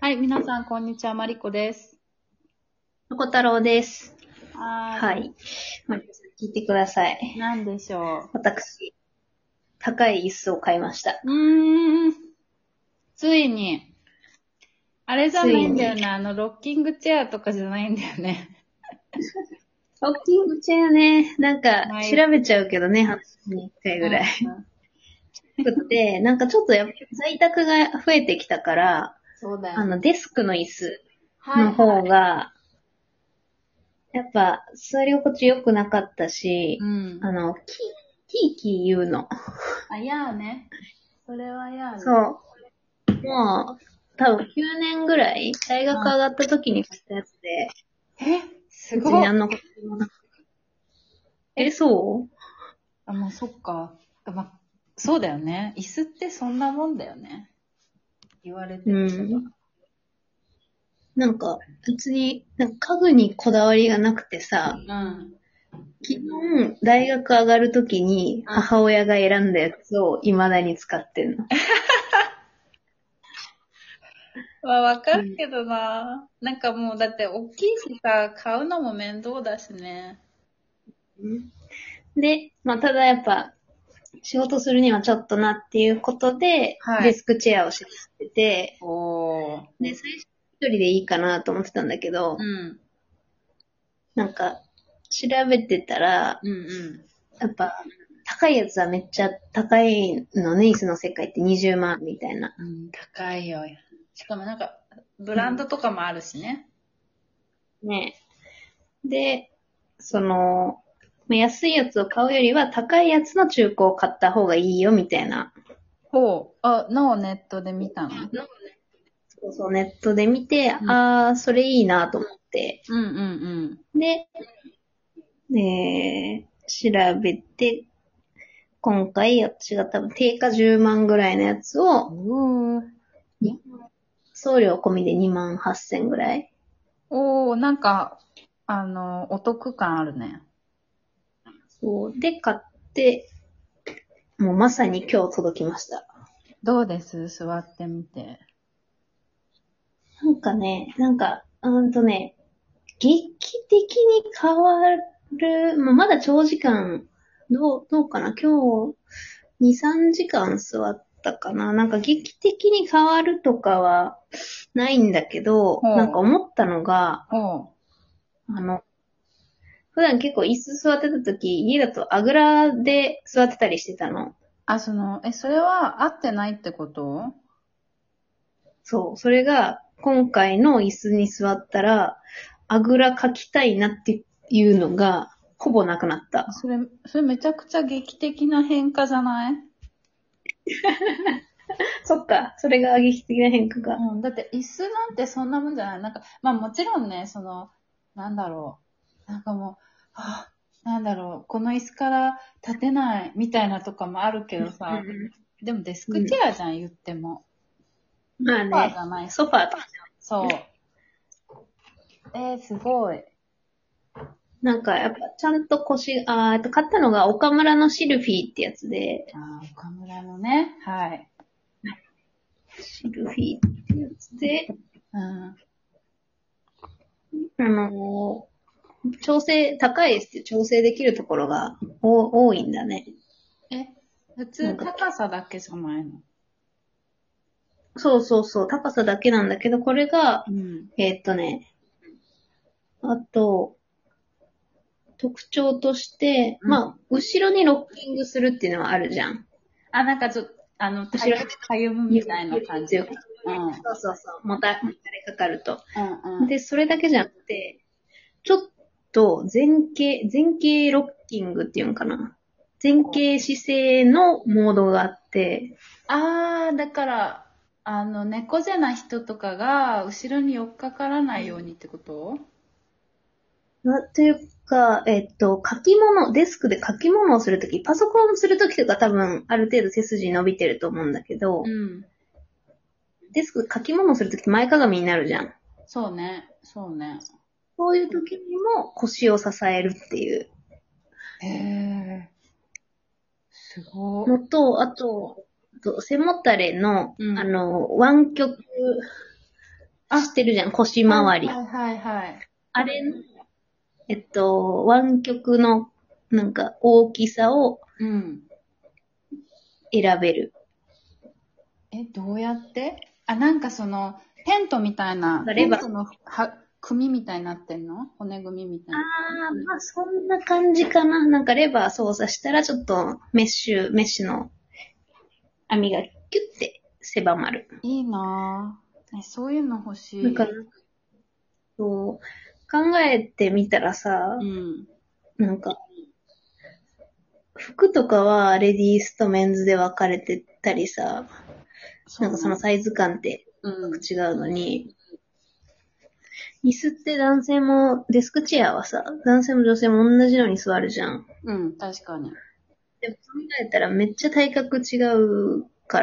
はい、皆さん、こんにちは。マリコです。 まこ太郎です。 はーい。 はい。まあ、皆さん聞いてください。 なんでしょ私、高い椅子を買いました。 う。ついに、あれじゃついに。 ないんだよね。ロッキングチェアとかじゃないんだよね。 ロッキングチェアね、なんか調前言ってべちゃうけどね、話に1回ぐらい。 うんなんかちょっとやっぱり在宅が増えてきたから、 そうだよね。 デスクの椅子はいの方はい。 が、やっぱ座り心地良くなかったし、 うん。 キーキー言うの。 あ、やーね。それはやーね。 そう。もう、多分9年ぐらい、大学上がった時に買ったやつで、 え、す別にごっ。 何のこともなく。 え、 そうあ、もうそっか。そうだよね。椅子ってそんなもんだよね。言われてうみれば。 ん。なんか、別に、なんか家具にこだわりがなくてさ、 うん。 基本、大学上がるときに母親が選んだやつを未だに使ってんの。 まあ、わかうん。 るけどな。なんかもう、だって大きいしさ、買うのも面倒だしね。 で、まあ、ただやっぱ、仕事するにはちょっとなっていうことで、 はい。 デスクチェアを知ってて、 おー。 で、最初一人でいいかなと思ってたんだけど、 うん。 なんか、調べてたら、 うんうん。 やっぱ、高いやつはめっちゃ高いのね、椅子の世界って20万みたいな。 うん、高いよ。しかもなんか、ブランドうん。 とかもあるしね。 ね。で、まあ安いやつを買うよりは高いやつの中古を買った方がいいよみたいなほう。あ、のをネットで見たの。 の、そうそうネットで見て、 うん。 それいいなと思って。 うんうんで、調べて、今回私が多分定価10万ぐらいのやつうを、 ん。うー。 送料込みで2万8000ぐらい。 おー、なんか、お得感あるね。 そう。で、買って、もうまさに今日届きました。 どうです座ってみて。 劇的に変わる、まあ、まだ長時間、どうかな今日、2、3時間座ったかななんか劇的に変わるとかはないんだけど、なんかほう。 思ったのが、 ほう。 あの、普段結構椅子座ってた時、家だとあぐらで座ってたりしてたの。 あ、それは合ってないってこと？ そう。それが、今回の椅子に座ったら、あぐらかきたいなっていうのが、ほぼなくなった。 それめちゃくちゃ劇的な変化じゃない？ そっか。それが劇的な変化が。 うん、だって椅子なんてそんなもんじゃない。なんか、まあもちろんね、なんだろう。なんかもう、なんだろう、この椅子から立てないみたいなとかもあるけどさ、でもデスクチうん。 ェアじゃん、言っても。ソファーじまあね、 ゃないし。 ソファーとか。 そう。すごい。 なんかやっぱちゃんと買ったのが岡村のシルフィーってやつで、 岡村のね、はい。 シルフィーってやつで、 うん。 あの高いですって調整できるところが多いんだね。 え、普通なんか、 高さだけじゃないの？ そうそうそう、高さだけなんだけど、これが、 うん。 あと、特徴として、 うん。 まあ、後ろにロッキングするっていうのはあるじゃん。 あ、なんか後ろにたゆむみたいな感じ。 っていうか、 うん。 そうそうそう、もたれかかると。 うんうん。 で、それだけじゃなくて、ちょっと前傾ロッキングっていうのかな。前傾姿勢のモードがあって、 だから、猫背な人とかが、後ろに寄っかからないようにってこと？ というか、デスクで書き物をするとき、パソコンをするときとか多分ある程度背筋伸びてると思うんだけど、 うん。 デスクで書き物をするときって前かがみになるじゃん。 そうね。そうね。 そういうときにも腰を支えるっていうへえ、すご。 のと、あと背もたれの、 うん。 湾曲知ってるじゃん、腰回り。 はいはいはい。 あれの、湾曲の、なんか、大きさをうん。 選べる。 どうやってなんかその、テントみたいな、テレバー。 ントの組みたいになってんの骨組みみたいな。 まあ、そんな感じかな。なんかレバー操作したら、ちょっと、メッシュの網がキュッて狭まる。 いいなぁ。そういうの欲しい。 だから、そう、考えてみたらさ、 うん。 なんか、服とかはレディースとメンズで分かれてたりさ、 そうね。 なんかそのサイズ感ってうん。 違うのに、椅子って男性も、デスクチェアはさ、男性も女性も同じのに座るじゃん。 うん、確かに。 でも考えたらめっちゃ体格違うから、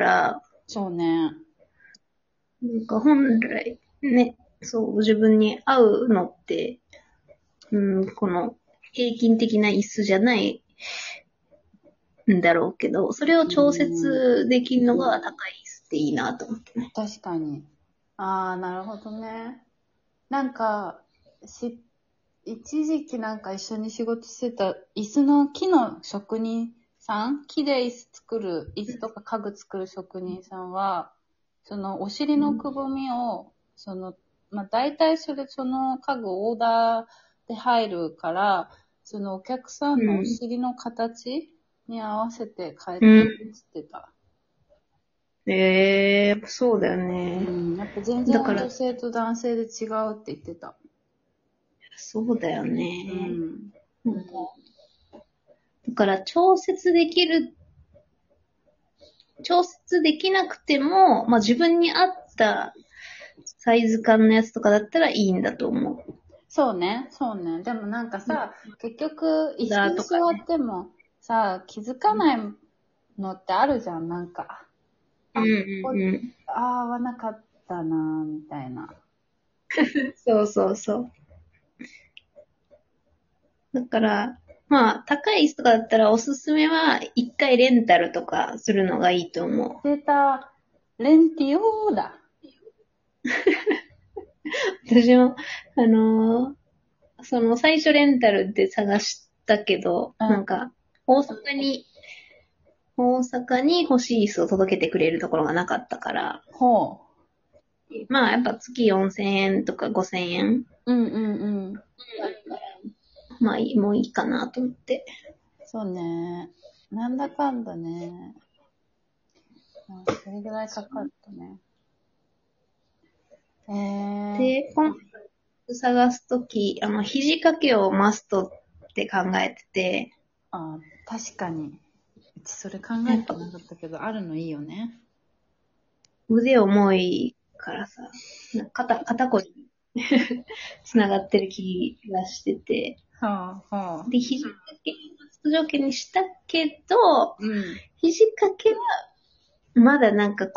そうね。 なんか本来ね、そう、自分に合うのって、この平均的な椅子じゃないんだろうけど、それを調節できるのが高い椅子っていいなと思ってね。 確かに。ああ、なるほどね。なんか、一時期なんか一緒に仕事してた椅子の木の職人さん、木で椅子とか家具作る職人さんは、そのお尻のくぼみを、大体その家具オーダーで入るから、そのお客さんのお尻の形に合わせて変えてるって言ってた。 やっぱそうだようね。 ん、やっぱ全だから、 然女性と男性で違うって言ってた。 そうだようね。 ん。 なんかだから調節できなくても、まあ自分に合ったサイズ感のやつとかだったらいいんだと思う。 そうね、そうね。でもなんかさ、結局、椅子だとかに座っね。 てもさ、気づかないのってあるじゃん、なんか。 うんこうんうん。 合わなかったなみたいな。 そうそうそう。だから、まあ、高い椅子とかだったらおすすめは、一回レンタルとかするのがいいと思う。 データ、レンティオーだ。 私も、その最初レンタルで探したけど、 うん。 なんか、大阪に欲しい椅子を届けてくれるところがなかったから、 ほまあやっぱ月4000円とか5000円、 う。うんうんうん。 まあもういいかなと思って。 そうね。なんだかんだね。それぐらいかかったね。 で、今回探すとき、肘掛けをマストって考えてて、 確かに。うちそれ考やっぱえてなかったけど、あるのいいよね。 腕重いからさ、肩こりに繋がってる気がしてて、 はあ、はあ。 で、肘掛けマスト条件にしたけど、 うん。 肘掛けはまだなんか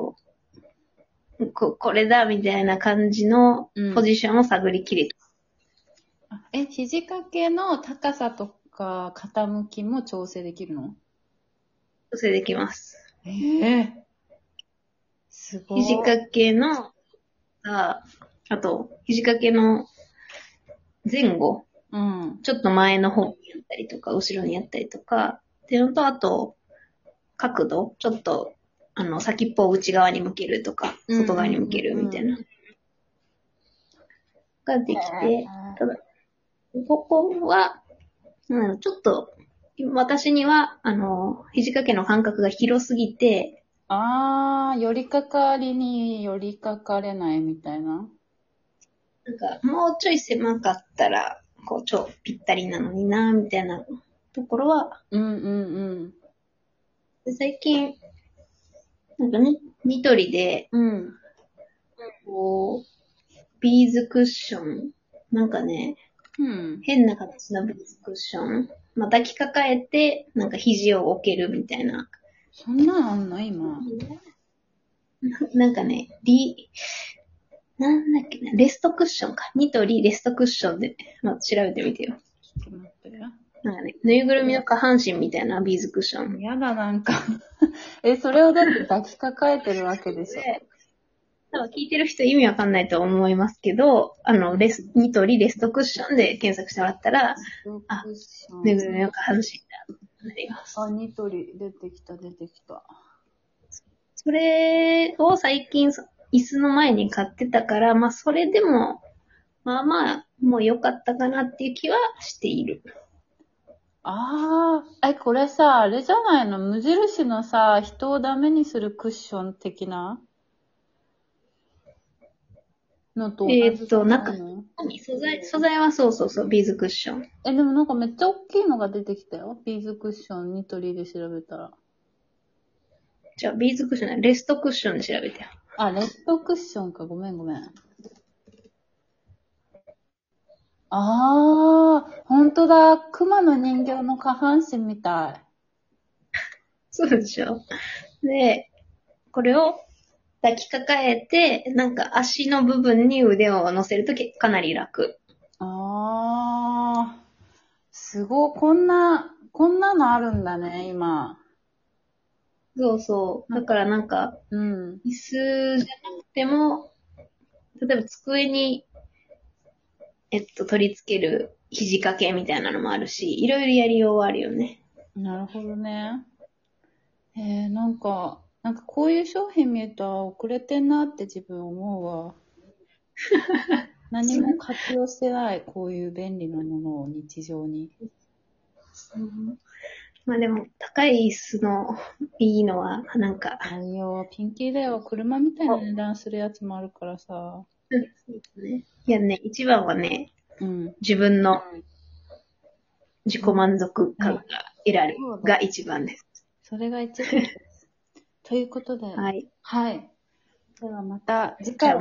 これだみたいな感じのポジションを探りきれ肘掛けの高さとか傾きも調整できるの？ 調整できます。 すごい。 肘掛けの、あと、肘掛けの前後、 うん。 ちょっと前の方にやったりとか、後ろにやったりとか、っていうのと、あと、角度、ちょっと、先っぽを内側に向けるとか、外側に向けるみたいな、ができて、ただ、ここは、ちょっと、私には、肘掛けの間隔が広すぎて、 寄りかかりに寄りかかれないみたいな。 なんか、もうちょい狭かったら、超ぴったりなのにな、みたいなところは、 うんうんで最近、なんかニトリで、 うん。うん。 ビーズクッション、なんかね、 うん。 変な形のビーズクッション、まあ、抱きかかえて、なんか肘を置けるみたいな。 そんなんあんの今？ なんかね、なんだっけな、レストクッションか。ニトリレストクッションで、まあ、調べてみてよ。 ちょっと待って。 なんかね、ぬいぐるみの下半身みたいなビーズクッション。 やだ、なんかそれをだって抱きかかえてるわけでしょ。 多分聞いてる人意味わかんないと思いますけど、ニトリレストクッションで検索してもらったら、あ、めぐみの下半身だ、なります。 あ、ニトリ、出てきた。 それを最近、椅子の前に買ってたから、まあ、それでも、まあまあ、もう良かったかなっていう気はしている。 これさ、あれじゃないの？無印のさ、人をダメにするクッション的なのと同じじゃないの？ 素材はそう、ビーズクッション。 でもなんかめっちゃ大きいのが出てきたよ。ビーズクッション、ニトリで調べたら。 じゃあ、ビーズクッションね、レストクッションで調べてよ。 あ、レッドクッションか。ごめん。ほんとだ。熊の人形の下半身みたい。 そうでしょ。で、これを抱きかかえて、なんか足の部分に腕を乗せるとかなり楽。 すごい。こんなのあるんだね、今。 そう。だからなんか、椅子じゃなくても、例えば机に、取り付ける肘掛けみたいなのもあるし、いろいろやりようはあるよね。 なるほどね。なんかこういう商品見ると遅れてんなって自分思うわ。何も活用してない、こういう便利なものを日常に。 まあでも、高い椅子のいいのは、なんか。 あいよ、ピンキーだよ。車みたいな値段するやつもあるからさ。 いやね、一番はね、自分の自己満足感が得られるが一番です。 それが一番です。ということで。 はい。 はい。ではまた次回。